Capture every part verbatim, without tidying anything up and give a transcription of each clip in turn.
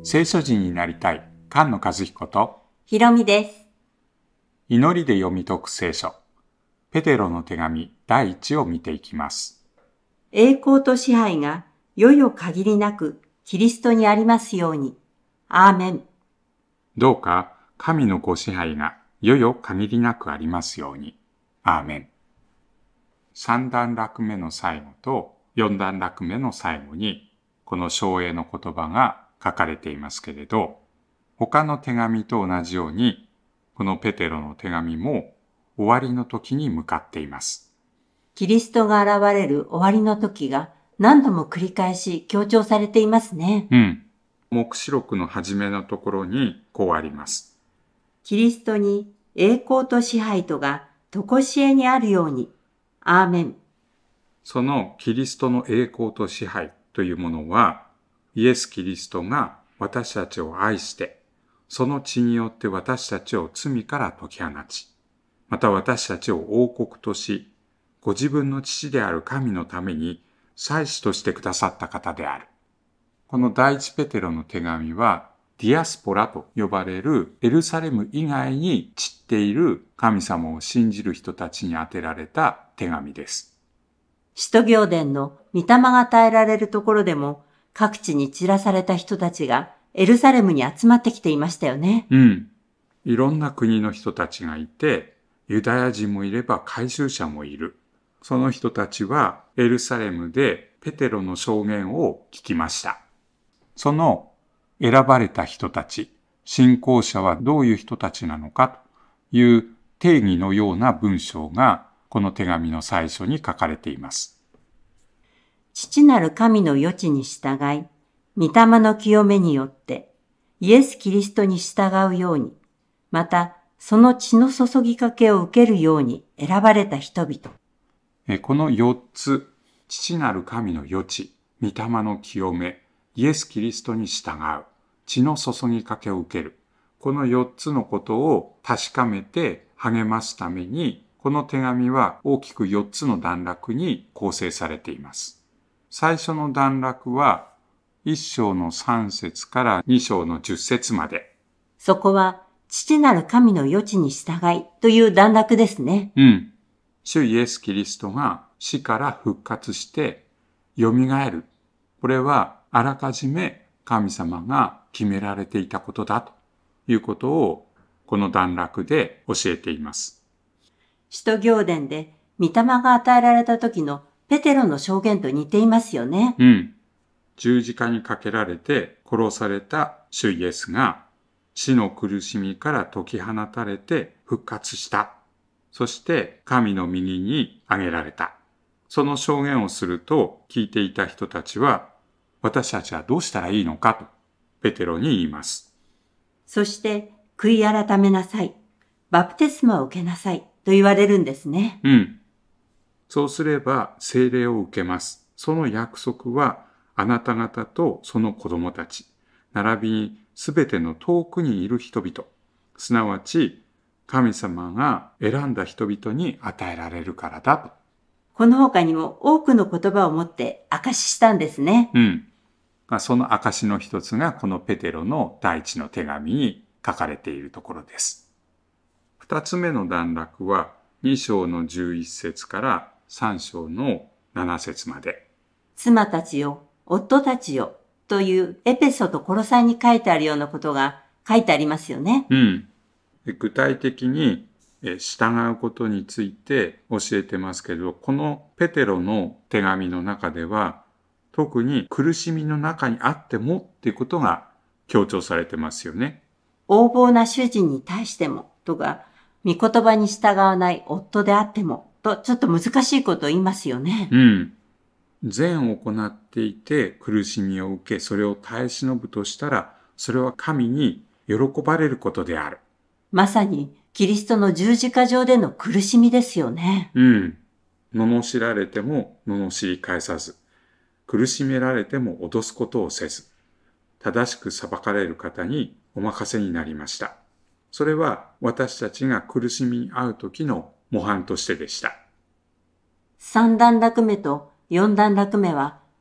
聖書人になりたい菅野和彦とひろみです。 祈りで読み解く聖書、ペテロの手紙だいいちを見ていきます。 栄光と支配がよよ限りなくキリストにありますように。アーメン。 どうか神のご支配がよよ限りなくありますように。アーメン。さん段落目の最後とよん段落目の最後にこの唱詠の言葉が書かれていますけれど、他の手紙と同じようにこのペテロの手紙も終わりの時に向かっています。 キリストが現れる終わりの時が何度も繰り返し強調されていますね。 うん。黙示録の初めのところにこうあります。 キリストに栄光と支配とがとこしえにあるように。アーメン。 そのキリストの栄光と支配というものは、イエス・キリストが私たちを愛して、その血によって私たちを罪から解き放ち、また私たちを王国とし、ご自分の父である神のために祭司としてくださった方である。この第一ペテロの手紙は、ディアスポラと呼ばれるエルサレム以外に散っている神様を信じる人たちに宛てられた手紙です。 使徒行伝の御霊が与えられるところでも、各地に散らされた人たちがエルサレムに集まってきていましたよね。 うん。いろんな国の人たちがいて、ユダヤ人もいれば改宗者もいる。その人たちはエルサレムでペテロの証言を聞きました。その選ばれた人たち、信仰者はどういう人たちなのかという定義のような文章がこの手紙の最初に書かれています。 父なる神の余地に従い、御霊の清めによって、イエス・キリストに従うように、また、その血の注ぎかけを受けるように選ばれた人々。 このよっつ、父なる神の余地、御霊の清め、イエス・キリストに従う、血の注ぎかけを受ける。このよっつのことを確かめて励ますために、この手紙は大きくよっつの段落に構成されています。最初の段落はいっ章のさん節からに章のじゅっ節まで。 そこは父なる神の余地に従いという段落ですね。 うん。主イエス・キリストが死から復活して蘇る。これはあらかじめ神様が決められていたことだということをこの段落で教えています。 使徒行伝で御霊が与えられた時のペテロの証言と似ていますよね。 うん。十字架にかけられて殺された主イエスが死の苦しみから解き放たれて復活した。そして神の右に上げられた。その証言をすると聞いていた人たちは、私たちはどうしたらいいのかとペテロに言います。 そして悔い改めなさい。バプテスマを受けなさいと言われるんですね。 うん。そうすれば聖霊を受けます。その約束はあなた方とその子供たち、並びにすべての遠くにいる人々、すなわち神様が選んだ人々に与えられるからだと。 この他にも多くの言葉を持って証ししたんですね。 うん。その証の一つがこのペテロの第一の手紙に書かれているところです。二つ目の段落はに章のじゅういち節からさん章のなな節まで。 妻たちよ、夫たちよというエペソとコロサイに書いてあるようなことが書いてありますよね。 うん。具体的に従うことについて教えてますけど、このペテロの手紙の中では特に苦しみの中にあってもっていうことが強調されてますよね。 横暴な主人に対してもとか、御言葉に従わない夫であってもとちょっと難しいことを言いますよね。 うん。善を行っていて苦しみを受け、それを耐え忍ぶとしたら、それは神に喜ばれることである。 まさにキリストの十字架上での苦しみですよね。 うん。罵られても罵り返さず、苦しめられても脅すことをせず、正しく裁かれる方にお任せになりました。それは私たちが苦しみに遭う時の模範としてでした。 三段落目と四段落目は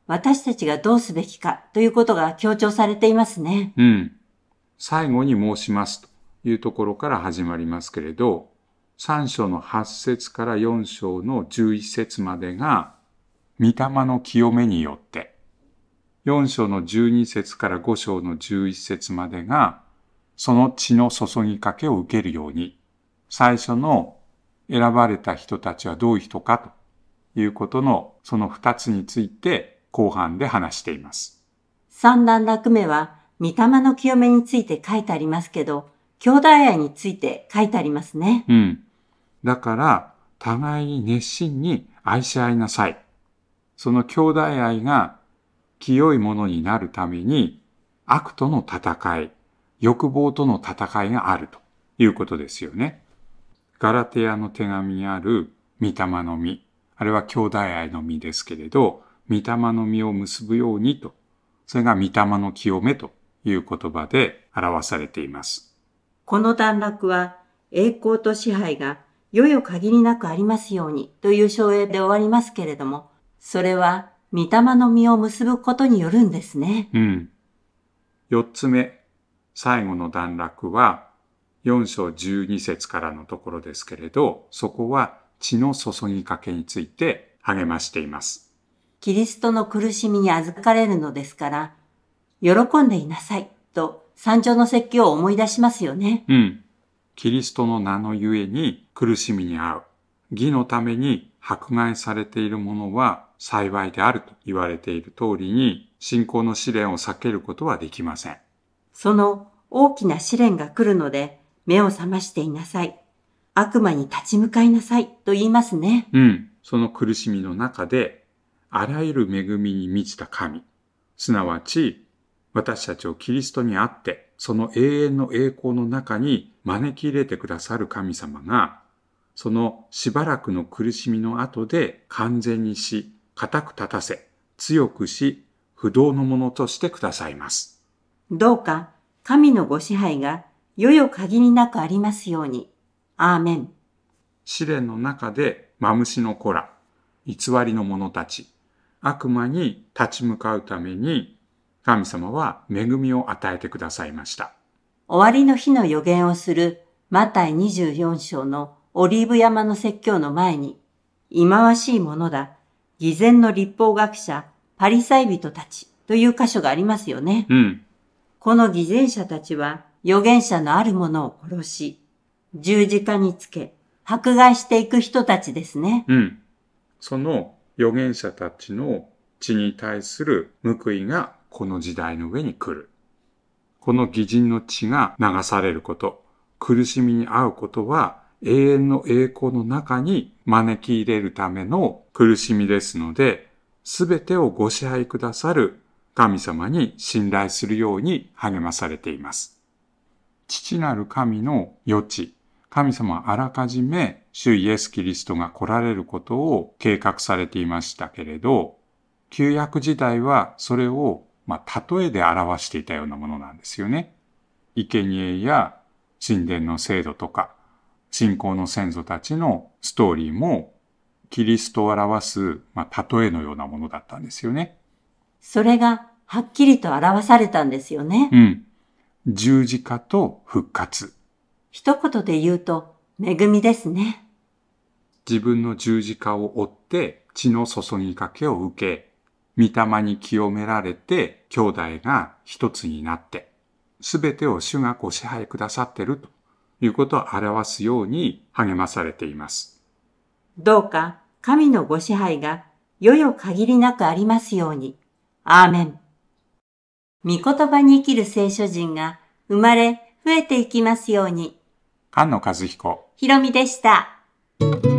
私たちがどうすべきかということが強調されていますね。 うん。最後に申しますというところから始まりますけれど、さん章のはち節からよん章のじゅういち節までが、御霊の清めによって、よん章のじゅうに節からご章のじゅういち節までが、その血の注ぎかけを受けるように、最初の選ばれた人たちはどういう人かということのその二つについて後半で話しています。 三段落目は、御霊の清めについて書いてありますけど、兄弟愛について書いてありますね。 うん。だから、互いに熱心に愛し合いなさい。その兄弟愛が清いものになるために、悪との戦い、欲望との戦いがあるということですよね。ガラテヤの手紙にある御霊の実、あれは兄弟愛の実ですけれど、御霊の実を結ぶようにと、それが御霊の清めという言葉で表されています。 この段落は、栄光と支配がよよ限りなくありますようにという章英で終わりますけれども、それは御霊の実を結ぶことによるんですね。 うん。四つ目、最後の段落は、よん章じゅうに節からのところですけれど、そこは血の注ぎかけについて励ましています。 キリストの苦しみに預かれるのですから、喜んでいなさいと三条の説教を思い出しますよね。 うん。キリストの名のゆえに苦しみに遭う。義のために迫害されているものは幸いであると言われている通りに、信仰の試練を避けることはできません。 その大きな試練が来るので、目を覚ましていなさい。悪魔に立ち向かいなさいと言いますね。 うん。その苦しみの中で、あらゆる恵みに満ちた神、すなわち私たちをキリストにあって、その永遠の栄光の中に招き入れてくださる神様が、そのしばらくの苦しみの後で完全にし、固く立たせ、強くし、不動のものとしてくださいます。 どうか神のご支配がよよ限りなくありますように。アーメン。 試練の中でマムシの子ら、偽りの者たち、悪魔に立ち向かうために、神様は恵みを与えてくださいました。 終わりの日の予言をするマタイにじゅうよん章のオリーブ山の説教の前に、忌まわしいものだ、偽善の律法学者、パリサイ人たちという箇所がありますよね。 うん。 この偽善者たちは預言者のあるものを殺し、十字架につけ、迫害していく人たちですね。 うん。その預言者たちの血に対する報いがこの時代の上に来る。この義人の血が流されること、苦しみに遭うことは永遠の栄光の中に招き入れるための苦しみですので、すべてをご支配くださる神様に信頼するように励まされています。父なる神の予知、神様はあらかじめ主イエス・キリストが来られることを計画されていましたけれど、旧約時代はそれを、まあ、例えで表していたようなものなんですよね。生贄や神殿の制度とか、信仰の先祖たちのストーリーも、キリストを表す、まあ、例えのようなものだったんですよね。 それがはっきりと表されたんですよね。 うん。十字架と復活。 一言で言うと、恵みですね。 自分の十字架を追って血の注ぎかけを受け、御霊に清められて兄弟が一つになって、すべてを主がご支配くださっているということを表すように励まされています。 どうか神のご支配がよよ限りなくありますように。アーメン。御言葉に生きる聖書人が生まれ増えていきますように。 菅野和彦。 ひろみでした。